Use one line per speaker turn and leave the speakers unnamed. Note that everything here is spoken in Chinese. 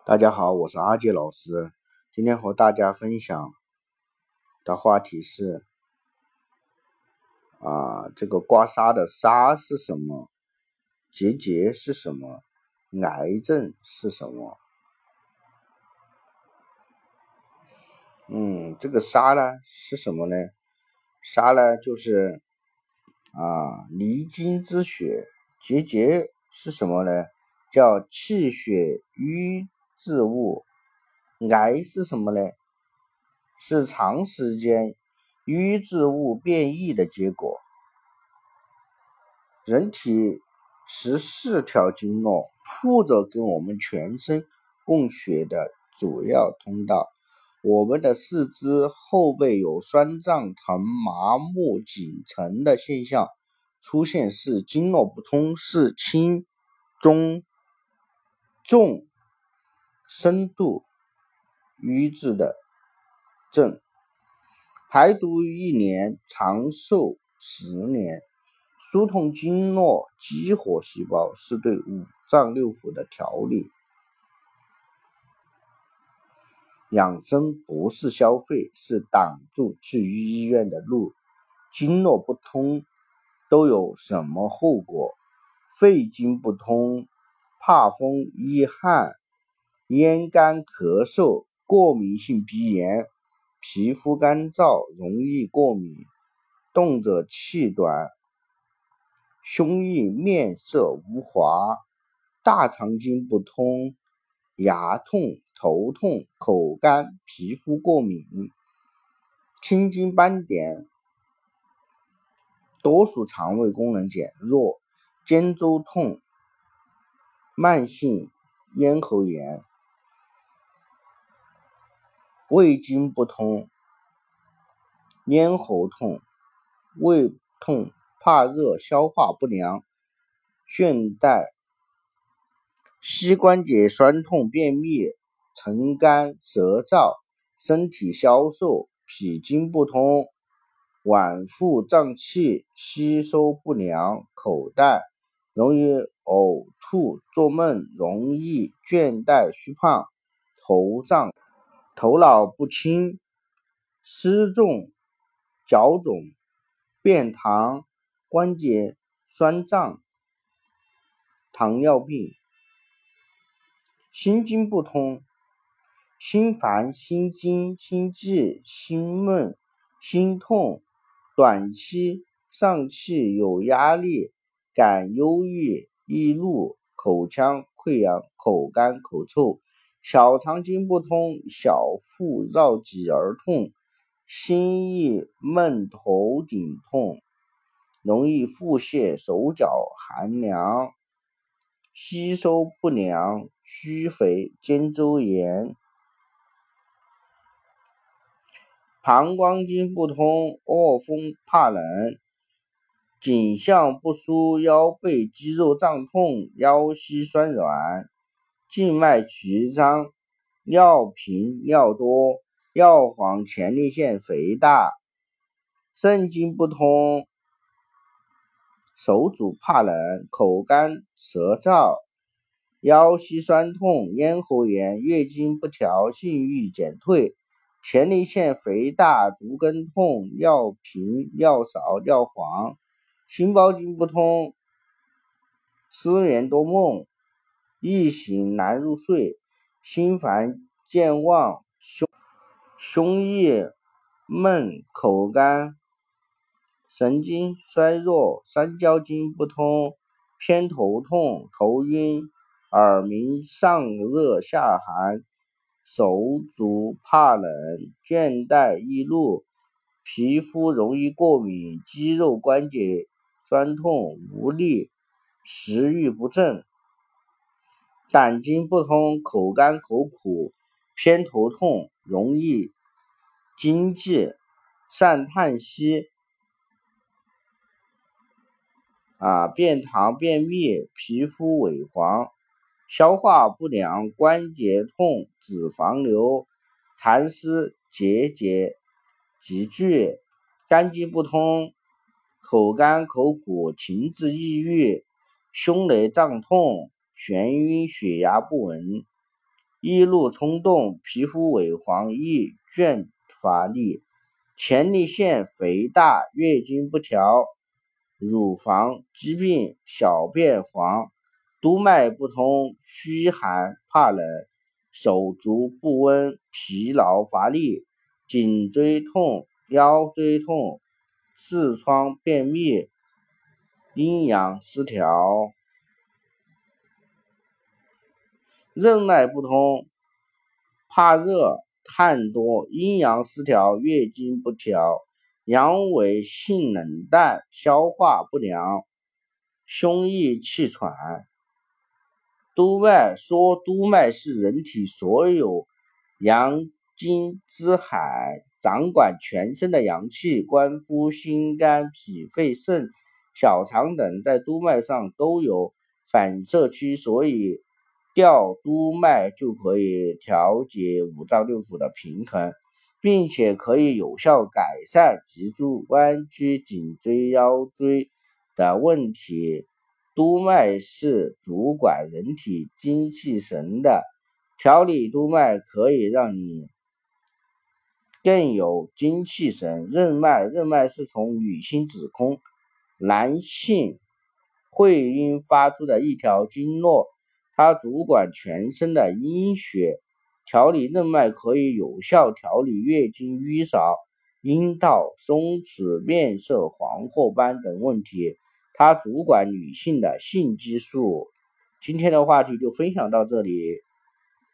大家好，我是阿杰老师。今天和大家分享的话题是这个刮痧的痧是什么？结节是什么？癌症是什么？这个痧呢是什么呢？痧呢就是离经之血。结节是什么呢？叫气血瘀滞物。癌是什么呢？是长时间瘀滞物变异的结果。人体14条经络负责跟我们全身供血的主要通道。我们的四肢后背有酸胀、疼、麻木、紧沉的现象出现，是经络不通，是轻、中、重、深度瘀滞的症。排毒1年，长寿10年。疏通经络，激活细胞，是对五脏六腑的调理。养生不是消费，是挡住去医院的路。经络不通都有什么后果？肺经不通，怕风易汗，咽干咳嗽，过敏性鼻炎，皮肤干燥，容易过敏，动者气短，胸臆，面色无华。大肠经不通，牙痛、头痛、口干，皮肤过敏。青筋斑点，多数肠胃功能减弱。肩周痛，慢性咽喉炎。胃经不通，咽喉痛，胃痛、怕热、消化不良、倦怠。膝关节酸痛、便秘、沉干、舌燥，身体消瘦。脾经不通，脘腹胀气，吸收不良，口淡，容易呕吐、做梦，容易倦怠、虚胖，头胀，头脑不清，失重，脚肿，便溏，关节酸胀，糖尿病。心经不通，心烦、心惊、心悸、心闷、心痛，短期上气，有压力，感忧郁、易怒，口腔溃疡，口干口臭。小肠经不通，小腹绕脊而痛，心郁闷，头顶痛，容易腹泻，手脚寒凉，吸收不良，虚肥，肩周炎。膀胱经不通，恶风怕冷，颈项不舒，腰背肌肉胀痛，腰膝酸软，静脉曲张，尿频尿多，尿黄，前列腺肥大。肾经不通，手足怕冷，口干舌燥，腰膝酸痛，咽喉炎，月经不调，性欲减退，前列腺肥大，足跟痛，尿频尿少，尿黄。心包经不通，失眠多梦，易醒难入睡，心烦健忘，胸郁闷，口干。神经衰弱，三焦经不通，偏头痛，头晕，耳鸣，上热下寒，手足怕冷，倦怠易怒，皮肤容易过敏，肌肉关节酸痛无力，食欲不振。胆经不通，口干口苦，偏头痛，容易惊悸，善叹息。便溏便秘，皮肤萎黄，消化不良，关节痛，脂肪瘤，痰湿结节急剧。肝经不通，口干口苦，情志抑郁，胸雷胀痛，眩晕，血压不稳。 易怒冲动，皮肤萎黄易倦乏力，前列腺肥大，月经不调，乳房疾病，小便黄，督脉不通，虚寒怕冷，手足不温，疲劳乏力，颈椎痛，腰椎痛，痔疮便秘，阴阳失调，任脉不通，怕热，汗多，阴阳失调，月经不调，阳痿性冷淡，消化不良，胸易气喘。督脉说，督脉是人体所有阳经之海，掌管全身的阳气，关乎心肝脾肺肾小肠等，在督脉上都有反射区，所以调督脉就可以调节五脏六腑的平衡，并且可以有效改善脊柱弯曲、颈椎、腰椎的问题。督脉是主管人体精气神的，调理督脉可以让你更有精气神。任脉是从女性子宫、男性会阴发出的一条经络，它主管全身的阴血。调理任脉可以有效调理月经淤少、阴道松弛、面色黄褐斑等问题。它主管女性的性激素。今天的话题就分享到这里。